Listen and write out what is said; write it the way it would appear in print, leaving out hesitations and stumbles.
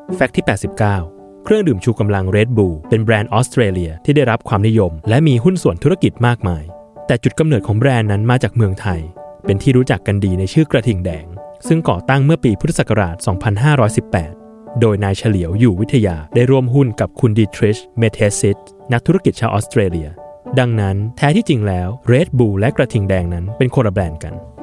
แฟกต์ที่89เครื่องดื่มชูกำลัง Red Bull เป็นแบรนด์ออสเตรเลียที่ได้รับความนิยมและมีหุ้นส่วนธุรกิจมากมายแต่จุดกำเนิดของแบรนด์นั้นมาจากเมืองไทยเป็นที่รู้จักกันดีในชื่อกระทิงแดงซึ่งก่อตั้งเมื่อปีพุทธศักราช 2518 โดยนายเฉลียวอยู่วิทยาได้ร่วมหุ้นกับคุณดีทริช เมเทซิสนักธุรกิจชาวออสเตรเลียดังนั้นแท้ที่จริงแล้ว Red Bull และกระทิงแดงนั้นเป็นคนละแบรนด์กัน